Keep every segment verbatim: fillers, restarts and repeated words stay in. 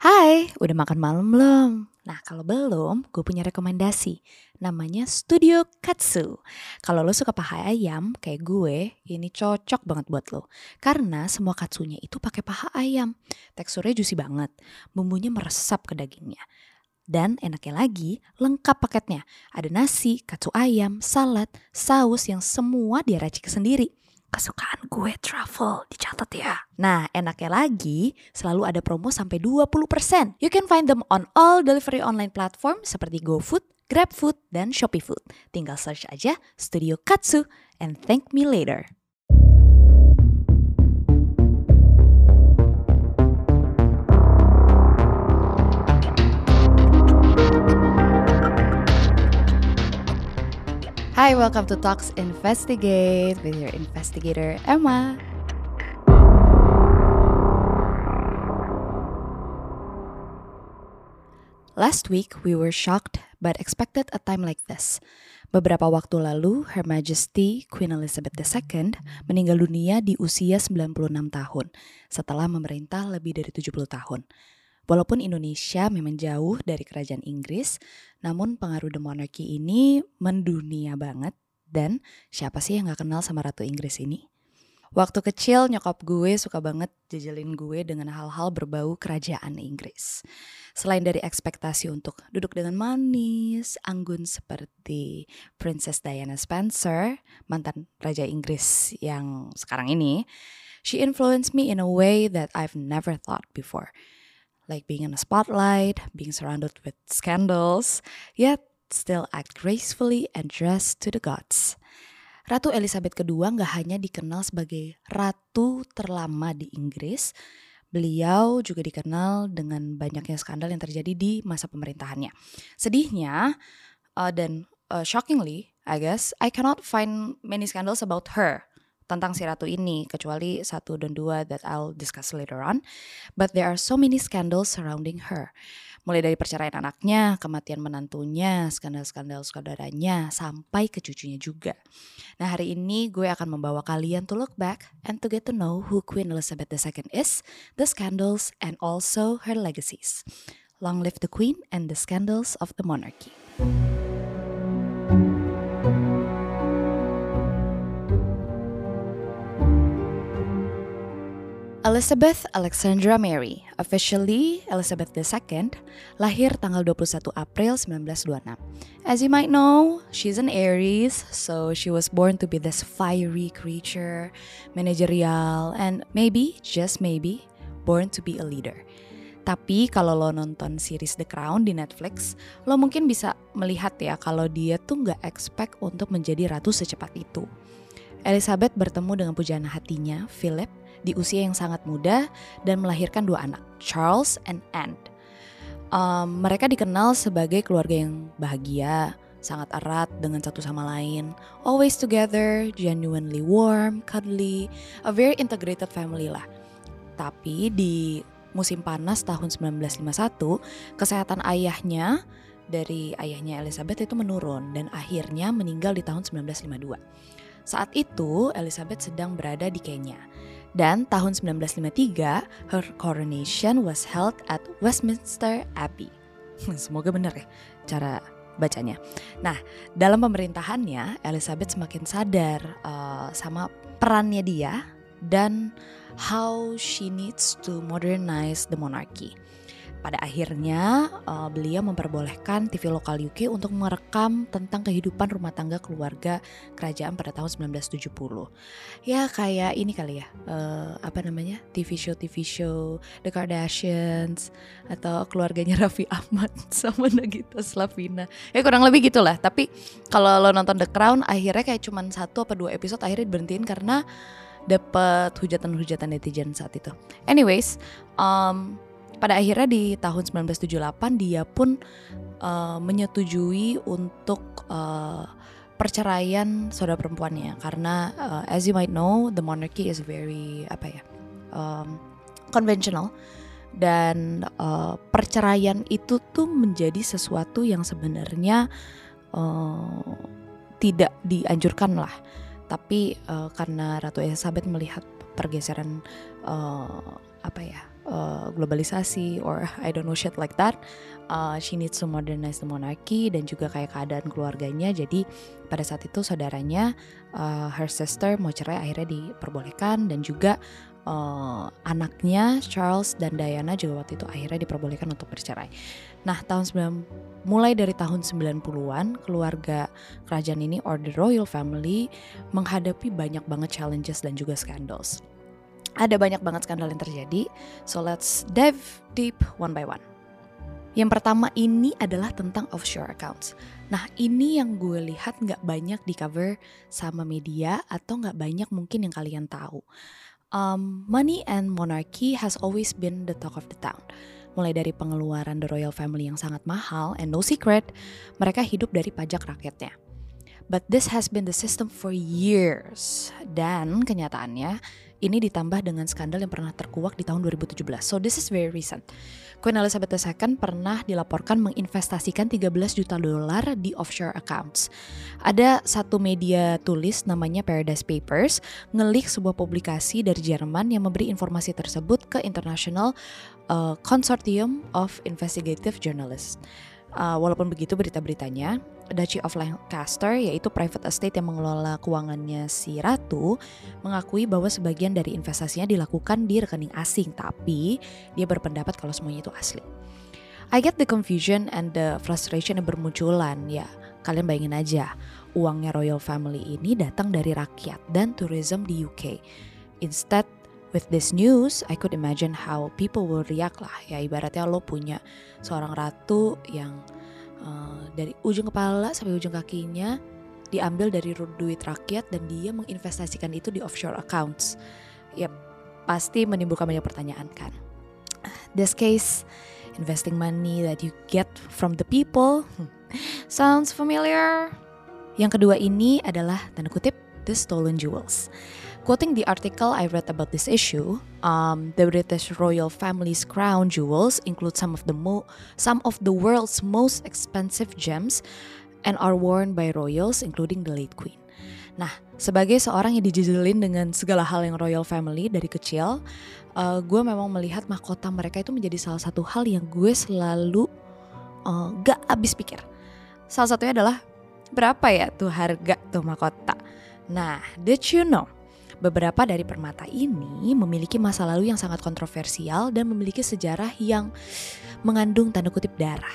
Hai, udah makan malam belum? Nah, kalau belum, gue punya rekomendasi. Namanya Studio Katsu. Kalau lo suka paha ayam, kayak gue, ini cocok banget buat lo. Karena semua katsunya itu pakai paha ayam. Teksturnya juicy banget. Bumbunya meresap ke dagingnya. Dan enaknya lagi, lengkap paketnya. Ada nasi, katsu ayam, salad, saus yang semua dia racik sendiri. Kesukaan gue truffle, dicatat ya. Nah, enaknya lagi, selalu ada promo sampai dua puluh persen. You can find them on all delivery online platform seperti GoFood, GrabFood, dan ShopeeFood. Tinggal search aja Studio Katsu and thank me later. Hi, welcome to Talks Investigate with your investigator, Emma. Last week, we were shocked but expected a time like this. Beberapa waktu lalu, Her Majesty Queen Elizabeth the Second meninggal dunia di usia sembilan puluh enam tahun setelah memerintah lebih dari tujuh puluh tahun. Walaupun Indonesia memang jauh dari kerajaan Inggris, namun pengaruh The Monarchy ini mendunia banget. Dan siapa sih yang gak kenal sama Ratu Inggris ini? Waktu kecil nyokap gue suka banget jejelin gue dengan hal-hal berbau kerajaan Inggris. Selain dari ekspektasi untuk duduk dengan manis, anggun seperti Princess Diana Spencer, mantan Raja Inggris yang sekarang ini, she influenced me in a way that I've never thought before. Like being in a spotlight, being surrounded with scandals, yet still act gracefully and dress to the gods. Ratu Elizabeth kedua gak hanya dikenal sebagai ratu terlama di Inggris, beliau juga dikenal dengan banyaknya skandal yang terjadi di masa pemerintahannya. Sedihnya, uh, dan uh, shockingly, I guess, I cannot find many scandals about her, tentang si ratu ini, kecuali satu dan dua that I'll discuss later on. But there are so many scandals surrounding her. Mulai dari perceraian anaknya, kematian menantunya, skandal-skandal saudaranya, sampai ke cucunya juga. Nah, hari ini gue akan membawa kalian to look back and to get to know who Queen Elizabeth the Second is, the scandals, and also her legacies. Long live the Queen and the scandals of the monarchy. Elizabeth Alexandra Mary, officially Elizabeth the Second, lahir tanggal dua puluh satu April sembilan belas dua puluh enam. As you might know, she's an Aries, so she was born to be this fiery creature, managerial, and maybe, just maybe, born to be a leader. Tapi kalau lo nonton series The Crown di Netflix, lo mungkin bisa melihat ya kalau dia tuh gak expect untuk menjadi ratu secepat itu. Elizabeth bertemu dengan pujaan hatinya, Philip, di usia yang sangat muda dan melahirkan dua anak, Charles and Anne. Um, mereka dikenal sebagai keluarga yang bahagia, sangat erat dengan satu sama lain, always together, genuinely warm, cuddly, a very integrated family lah. Tapi di musim panas tahun sembilan belas lima puluh satu, kesehatan ayahnya dari ayahnya Elizabeth itu menurun dan akhirnya meninggal di tahun sembilan belas lima puluh dua. Saat itu Elizabeth sedang berada di Kenya. Dan tahun sembilan belas lima puluh tiga, her coronation was held at Westminster Abbey. Semoga benar ya cara bacanya. Nah, dalam pemerintahannya, Elizabeth semakin sadar uh, sama perannya dia dan how she needs to modernize the monarchy. Pada akhirnya uh, beliau memperbolehkan T V lokal U K untuk merekam tentang kehidupan rumah tangga keluarga kerajaan pada tahun sembilan belas tujuh puluh. Ya kayak ini kali ya, uh, apa namanya, T V show-T V show The Kardashians atau keluarganya Raffi Ahmad sama Nagita Slavina. Ya kurang lebih gitulah. Tapi kalau lo nonton The Crown akhirnya kayak cuman satu atau dua episode akhirnya diberhentiin karena dapat hujatan-hujatan netizen saat itu. Anyways, um, pada akhirnya di tahun sembilan belas tujuh puluh delapan dia pun uh, menyetujui untuk uh, perceraian saudara perempuannya karena uh, as you might know the monarchy is very apa ya um, conventional dan uh, perceraian itu tuh menjadi sesuatu yang sebenarnya uh, tidak dianjurkan lah, tapi uh, karena Ratu Elizabeth melihat pergeseran uh, apa ya uh, globalisasi or I don't know shit like that. Uh, she needs to modernize the monarchy dan juga kayak keadaan keluarganya. Jadi pada saat itu saudaranya, uh, her sister mau cerai akhirnya diperbolehkan, dan juga uh, anaknya Charles dan Diana juga waktu itu akhirnya diperbolehkan untuk bercerai. Nah, tahun sembilan mulai dari tahun sembilan puluhan, keluarga kerajaan ini or the royal family menghadapi banyak banget challenges dan juga scandals. Ada banyak banget skandal yang terjadi. So let's dive deep one by one. Yang pertama ini adalah tentang offshore accounts. Nah, ini yang gue lihat gak banyak di cover sama media atau gak banyak mungkin yang kalian tahu. Um, money and monarchy has always been the talk of the town. Mulai dari pengeluaran the royal family yang sangat mahal, and no secret, mereka hidup dari pajak rakyatnya. But this has been the system for years. Dan kenyataannya, ini ditambah dengan skandal yang pernah terkuak di tahun dua ribu tujuh belas. So this is very recent. Queen Elizabeth the Second pernah dilaporkan menginvestasikan tiga belas juta dolar di offshore accounts. Ada satu media tulis namanya Paradise Papers ngelik sebuah publikasi dari Jerman yang memberi informasi tersebut ke International uh, Consortium of Investigative Journalists. Uh, walaupun begitu berita-beritanya, Duchy of Lancaster, yaitu private estate yang mengelola keuangannya si Ratu, mengakui bahwa sebagian dari investasinya dilakukan di rekening asing, tapi dia berpendapat kalau semuanya itu asli. I get the confusion and the frustration yang bermunculan. Ya, kalian bayangin aja, uangnya royal family ini datang dari rakyat dan tourism di U K. Instead, with this news, I could imagine how people will react lah. Ya, ibaratnya lo punya seorang ratu yang uh, dari ujung kepala sampai ujung kakinya diambil dari duit rakyat dan dia menginvestasikan itu di offshore accounts. Ya, pasti menimbulkan banyak pertanyaan kan. This case, investing money that you get from the people, sounds familiar. Yang kedua ini adalah tanda kutip the stolen jewels. Quoting the article I read about this issue, um, the British royal family's crown jewels include some of the mo- some of the world's most expensive gems and are worn by royals, including the late Queen. Nah, sebagai seorang yang dijejelin dengan segala hal yang royal family dari kecil, uh, gue memang melihat mahkota mereka itu menjadi salah satu hal yang gue selalu uh, gak habis pikir. Salah satunya adalah berapa ya tuh harga tuh mahkota. Nah, did you know? Beberapa dari permata ini memiliki masa lalu yang sangat kontroversial dan memiliki sejarah yang mengandung tanda kutip darah.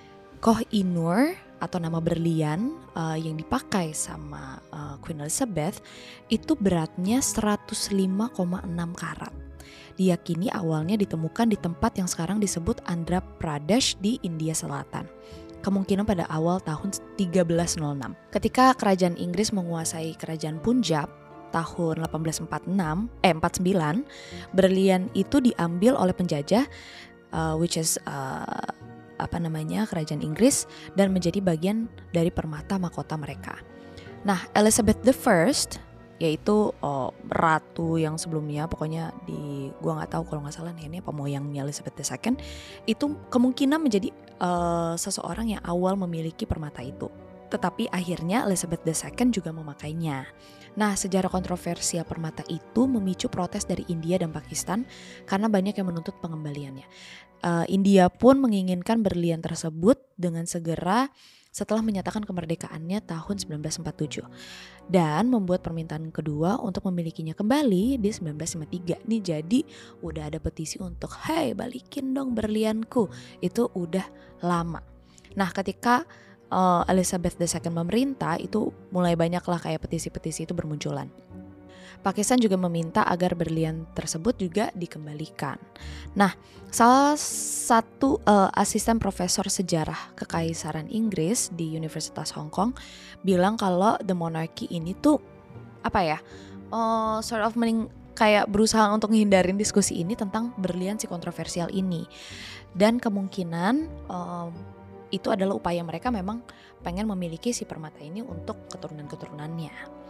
Koh-i-Noor atau nama berlian uh, yang dipakai sama uh, Queen Elizabeth itu beratnya seratus lima koma enam karat. Diyakini awalnya ditemukan di tempat yang sekarang disebut Andhra Pradesh di India Selatan. Kemungkinan pada awal tahun seribu tiga ratus enam. Ketika kerajaan Inggris menguasai kerajaan Punjab tahun delapan belas empat puluh enam eh empat puluh sembilan, berlian itu diambil oleh penjajah uh, which is uh, apa namanya kerajaan Inggris dan menjadi bagian dari permata mahkota mereka. Nah, Elizabeth the First yaitu oh, ratu yang sebelumnya, pokoknya di gua nggak tahu kalau nggak salah nih ini apa moyangnya Elizabeth the Second, itu kemungkinan menjadi uh, seseorang yang awal memiliki permata itu. Tetapi akhirnya Elizabeth the Second juga memakainya. Nah, sejarah kontroversial permata itu memicu protes dari India dan Pakistan karena banyak yang menuntut pengembaliannya. Uh, India pun menginginkan berlian tersebut dengan segera setelah menyatakan kemerdekaannya tahun seribu sembilan ratus empat puluh tujuh dan membuat permintaan kedua untuk memilikinya kembali di seribu sembilan ratus lima puluh tiga. Nih jadi udah ada petisi untuk hey balikin dong berlianku. Itu udah lama. Nah, ketika Uh, Elizabeth the Second memerintah, itu mulai banyaklah kayak petisi-petisi itu bermunculan. Pakistan juga meminta agar berlian tersebut juga dikembalikan. Nah, salah satu uh, asisten profesor sejarah kekaisaran Inggris di Universitas Hong Kong bilang kalau the monarchy ini tuh apa ya, uh, sort of mening kayak berusaha untuk menghindarin diskusi ini tentang berlian si kontroversial ini, dan kemungkinan um, itu adalah upaya mereka memang pengen memiliki si permata ini untuk keturunan-keturunannya.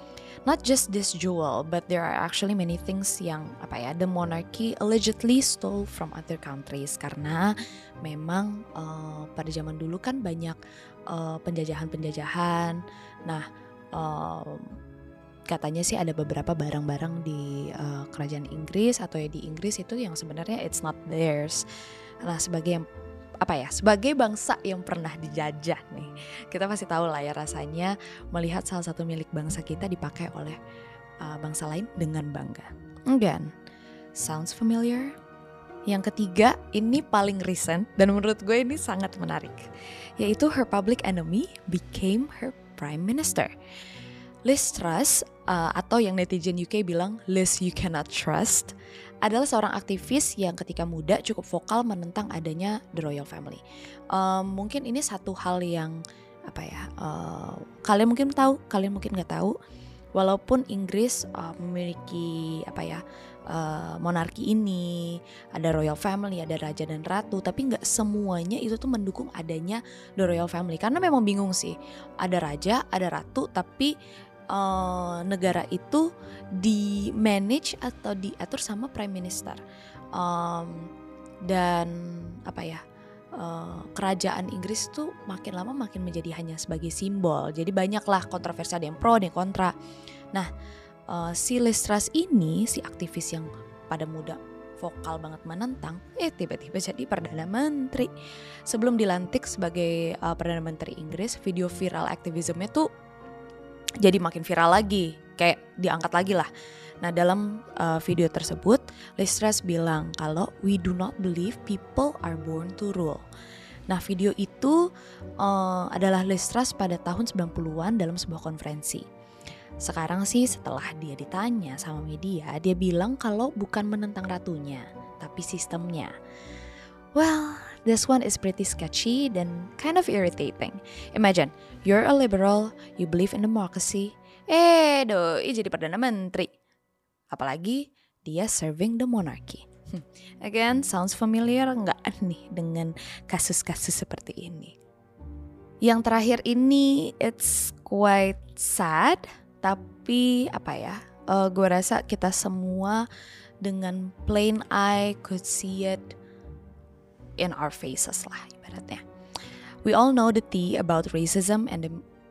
Not just this jewel, but there are actually many things yang apa ya, the monarchy allegedly stole from other countries karena memang uh, pada zaman dulu kan banyak uh, penjajahan-penjajahan. Nah, uh, katanya sih ada beberapa barang-barang di uh, kerajaan Inggris atau ya di Inggris itu yang sebenarnya it's not theirs. Nah, sebagai yang apa ya, sebagai bangsa yang pernah dijajah nih, kita pasti tahu lah ya rasanya melihat salah satu milik bangsa kita dipakai oleh uh, bangsa lain dengan bangga. Again, sounds familiar? Yang ketiga, ini paling recent dan menurut gue ini sangat menarik, yaitu her public enemy became her prime minister. Liz Truss, uh, atau yang netizen U K bilang Liz you cannot trust, adalah seorang aktivis yang ketika muda cukup vokal menentang adanya the royal family. Um, mungkin ini satu hal yang apa ya, uh, kalian mungkin tahu, kalian mungkin nggak tahu. Walaupun Inggris uh, memiliki apa ya, uh, monarki ini, ada royal family, ada raja dan ratu, tapi nggak semuanya itu tuh mendukung adanya the royal family. Karena memang bingung sih, ada raja, ada ratu, tapi Uh, negara itu di manage atau diatur sama prime minister, um, dan apa ya, uh, kerajaan Inggris tuh makin lama makin menjadi hanya sebagai simbol. Jadi banyaklah kontroversi, ada yang pro, ada yang kontra. Nah, uh, si Liz Truss ini, si aktivis yang pada muda vokal banget menentang, eh tiba-tiba jadi Perdana Menteri. Sebelum dilantik sebagai uh, Perdana Menteri Inggris, video viral aktivismenya tuh jadi makin viral lagi, kayak diangkat lagi lah. Nah, dalam uh, video tersebut, Liz Truss bilang kalau we do not believe people are born to rule. Nah, video itu uh, adalah Liz Truss pada tahun sembilan puluhan dalam sebuah konferensi. Sekarang sih setelah dia ditanya sama media, dia bilang kalau bukan menentang ratunya, tapi sistemnya. Well, this one is pretty sketchy dan kind of irritating. Imagine, you're a liberal, you believe in democracy, eh doi jadi Perdana Menteri. Apalagi dia serving the monarchy. Again, sounds familiar nggak nih dengan kasus-kasus seperti ini? Yang terakhir ini, it's quite sad, tapi apa ya, uh, gue rasa kita semua dengan plain eye could see it in our faces lah ibaratnya. We all know the tea about racism and the,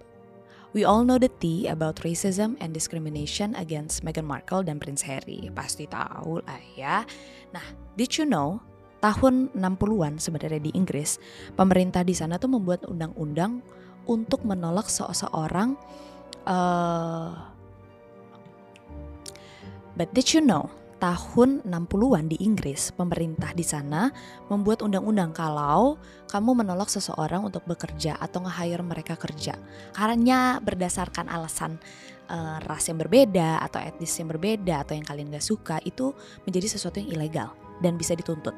we all know the tea about racism and discrimination against Meghan Markle dan Prince Harry. Pasti tahu lah ya. Nah, did you know tahun enam puluhan sebenarnya di Inggris, pemerintah di sana tuh membuat undang-undang untuk menolak seseorang uh, but did you know tahun enam puluhan di Inggris, pemerintah di sana membuat undang-undang kalau kamu menolak seseorang untuk bekerja atau nge-hire mereka kerja karena berdasarkan alasan uh, ras yang berbeda atau etnis yang berbeda atau yang kalian gak suka, itu menjadi sesuatu yang ilegal dan bisa dituntut.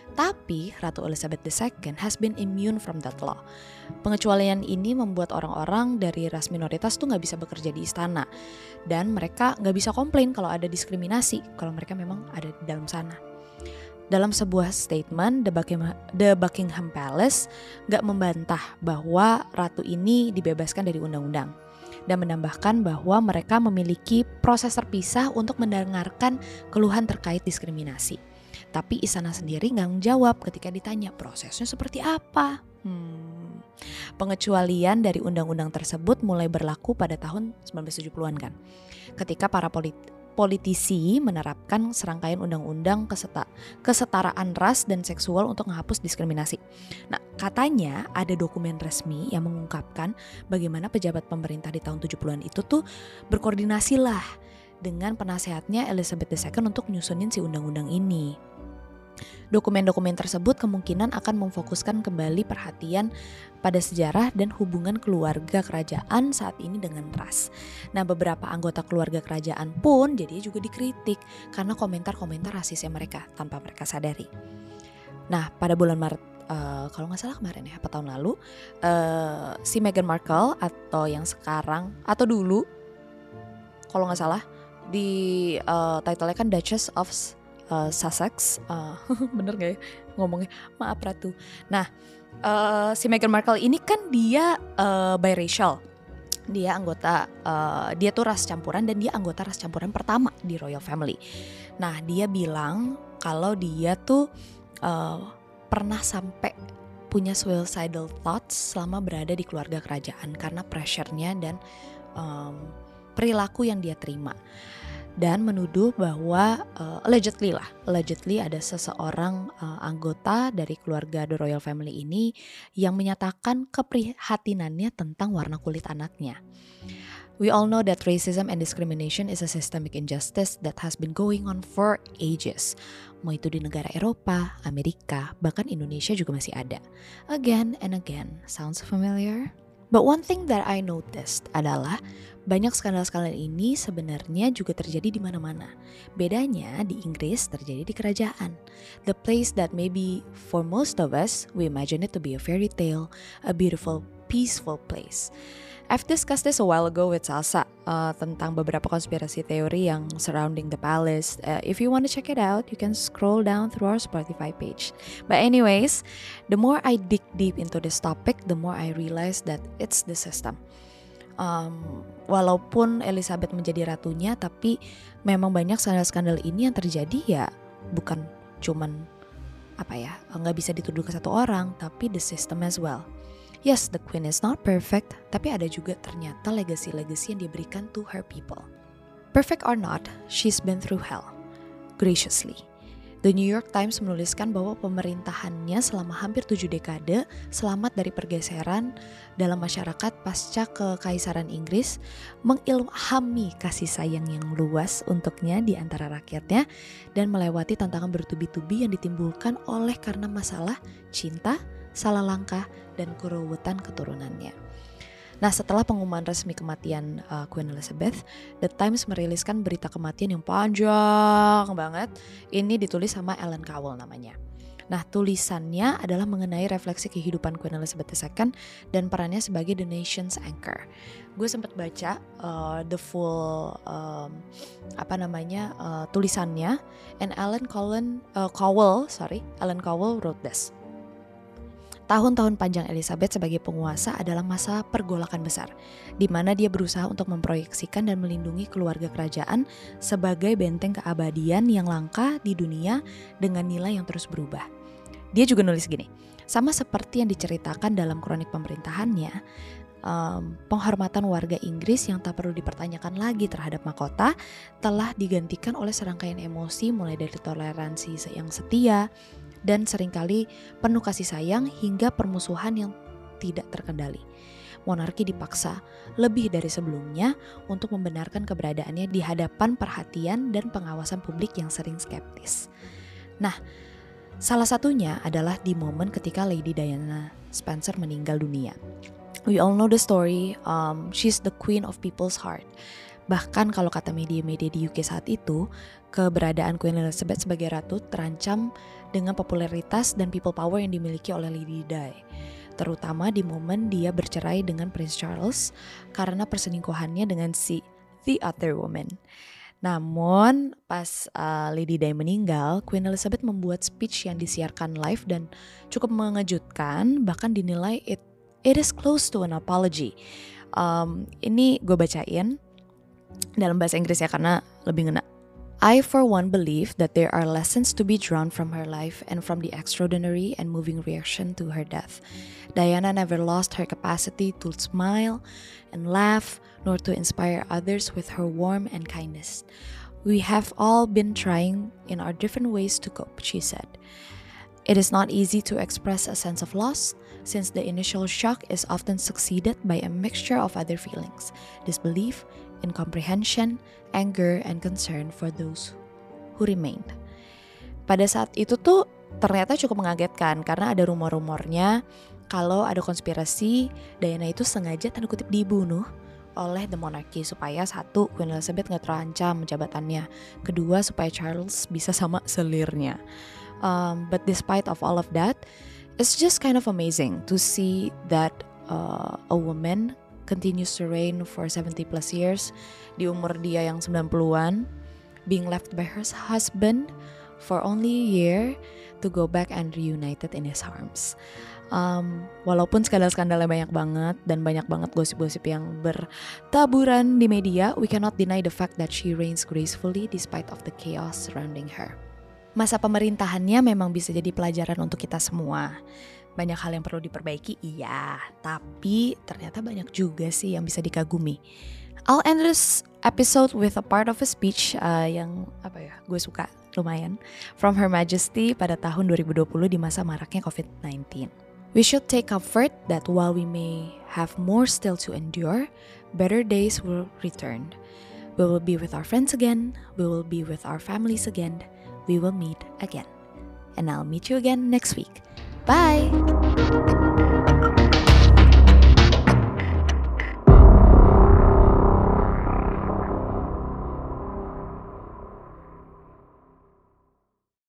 Tapi Ratu Elizabeth the Second has been immune from that law. Pengecualian ini membuat orang-orang dari ras minoritas tuh gak bisa bekerja di istana. Dan mereka gak bisa komplain kalau ada diskriminasi, kalau mereka memang ada di dalam sana. Dalam sebuah statement, The Buckingham, The Buckingham Palace gak membantah bahwa ratu ini dibebaskan dari undang-undang. Dan menambahkan bahwa mereka memiliki proses terpisah untuk mendengarkan keluhan terkait diskriminasi. Tapi istana sendiri nggak menjawab ketika ditanya prosesnya seperti apa. Hmm. Pengecualian dari undang-undang tersebut mulai berlaku pada tahun sembilan belas tujuh puluhan kan. Ketika para polit- politisi menerapkan serangkaian undang-undang keseta- kesetaraan ras dan seksual untuk menghapus diskriminasi. Nah, katanya ada dokumen resmi yang mengungkapkan bagaimana pejabat pemerintah di tahun tujuh puluhan itu tuh berkoordinasi lah dengan penasehatnya Elizabeth the Second untuk nyusunin si undang-undang ini. Dokumen-dokumen tersebut kemungkinan akan memfokuskan kembali perhatian pada sejarah dan hubungan keluarga kerajaan saat ini dengan ras. Nah, beberapa anggota keluarga kerajaan pun jadinya juga dikritik karena komentar-komentar rasisnya mereka tanpa mereka sadari. Nah, pada bulan Maret, uh, kalau nggak salah kemarin ya, apa tahun lalu, uh, si Meghan Markle atau yang sekarang atau dulu, kalau nggak salah di uh, title-nya kan Duchess of Uh, Sussex, uh, bener gak ya ngomongnya? Maaf Ratu. Nah, uh, si Meghan Markle ini kan dia uh, biracial. Dia anggota, uh, dia tuh ras campuran dan dia anggota ras campuran pertama di royal family. Nah, dia bilang kalau dia tuh uh, pernah sampai punya suicidal thoughts selama berada di keluarga kerajaan karena pressure-nya dan um, perilaku yang dia terima. Dan menuduh bahwa uh, allegedly lah, allegedly ada seseorang uh, anggota dari keluarga The Royal Family ini yang menyatakan keprihatinannya tentang warna kulit anaknya. We all know that racism and discrimination is a systemic injustice that has been going on for ages. Mau itu di negara Eropa, Amerika, bahkan Indonesia juga masih ada. Again and again, sounds familiar? But one thing that I noticed adalah banyak skandal-skandal ini sebenarnya juga terjadi di mana-mana. Bedanya di Inggris terjadi di kerajaan. The place that maybe for most of us, we imagine it to be a fairy tale, a beautiful, peaceful place. I've discussed this a while ago with Salsa uh, tentang beberapa konspirasi teori yang surrounding the palace. Uh, if you want to check it out, you can scroll down through our Spotify page. But anyways, the more I dig deep into this topic, the more I realize that it's the system. Um, walaupun Elizabeth menjadi ratunya, tapi memang banyak skandal-skandal ini yang terjadi ya bukan cuman apa ya, nggak bisa dituduh ke satu orang, tapi the system as well. Yes, the queen is not perfect, tapi ada juga ternyata legacy-legacy yang diberikan to her people. Perfect or not, she's been through hell, graciously. The New York Times menuliskan bahwa pemerintahannya selama hampir tujuh dekade selamat dari pergeseran dalam masyarakat pasca kekaisaran Inggris, mengilhami kasih sayang yang luas untuknya di antara rakyatnya, dan melewati tantangan bertubi-tubi yang ditimbulkan oleh karena masalah cinta, salah langkah, dan keruwetan keturunannya. Nah, setelah pengumuman resmi kematian uh, Queen Elizabeth, The Times meriliskan berita kematian yang panjang banget. Ini ditulis sama Alan Cowell namanya. Nah, tulisannya adalah mengenai refleksi kehidupan Queen Elizabeth the Second dan perannya sebagai the nation's anchor. Gue sempat baca uh, the full um, apa namanya uh, tulisannya, and Alan Cowell, uh, Cowell, sorry, Alan Cowell wrote this. Tahun-tahun panjang Elizabeth sebagai penguasa adalah masa pergolakan besar, di mana dia berusaha untuk memproyeksikan dan melindungi keluarga kerajaan sebagai benteng keabadian yang langka di dunia dengan nilai yang terus berubah. Dia juga nulis gini, sama seperti yang diceritakan dalam kronik pemerintahannya, um, penghormatan warga Inggris yang tak perlu dipertanyakan lagi terhadap mahkota telah digantikan oleh serangkaian emosi mulai dari toleransi yang setia, dan seringkali penuh kasih sayang hingga permusuhan yang tidak terkendali. Monarki dipaksa lebih dari sebelumnya untuk membenarkan keberadaannya di hadapan perhatian dan pengawasan publik yang sering skeptis. Nah, salah satunya adalah di momen ketika Lady Diana Spencer meninggal dunia. We all know the story, um, she's the queen of people's heart. Bahkan kalau kata media-media di U K saat itu, keberadaan Queen Elizabeth sebagai ratu terancam dengan popularitas dan people power yang dimiliki oleh Lady Di, terutama di momen dia bercerai dengan Prince Charles karena perselingkuhannya dengan si The Other Woman. Namun pas uh, Lady Di meninggal, Queen Elizabeth membuat speech yang disiarkan live dan cukup mengejutkan, bahkan dinilai it, it is close to an apology. Um, ini gue bacain dalam bahasa Inggris ya karena lebih ngena. I for one believe that there are lessons to be drawn from her life and from the extraordinary and moving reaction to her death. Diana never lost her capacity to smile and laugh, nor to inspire others with her warmth and kindness. We have all been trying in our different ways to cope, she said. It is not easy to express a sense of loss, since the initial shock is often succeeded by a mixture of other feelings, disbelief, incomprehension, anger, and concern for those who remained. Pada saat itu tuh ternyata cukup mengagetkan karena ada rumor-rumornya kalau ada konspirasi Diana itu sengaja tanda kutip dibunuh oleh the monarchy supaya satu, Queen Elizabeth gak terancam jabatannya, kedua supaya Charles bisa sama selirnya. Um, but despite of all of that, it's just kind of amazing to see that uh, a woman continues to reign for seventy plus years di umur dia yang sembilan puluhan, being left by her husband for only a year to go back and reunited in his arms. Um, walaupun skandal-skandalnya banyak banget dan banyak banget gosip-gosip yang bertaburan di media, we cannot deny the fact that she reigns gracefully despite of the chaos surrounding her. Masa pemerintahannya memang bisa jadi pelajaran untuk kita semua. banyak hal yang perlu diperbaiki, iya. Tapi ternyata banyak juga sih yang bisa dikagumi. I'll end this episode with a part of a speech uh, yang apa ya, gue suka lumayan, from Her Majesty pada tahun dua ribu dua puluh di masa maraknya covid sembilan belas. We should take comfort that while we may have more still to endure, better days will return. We will be with our friends again, we will be with our families again, we will meet again. And I'll meet you again next week. Bye!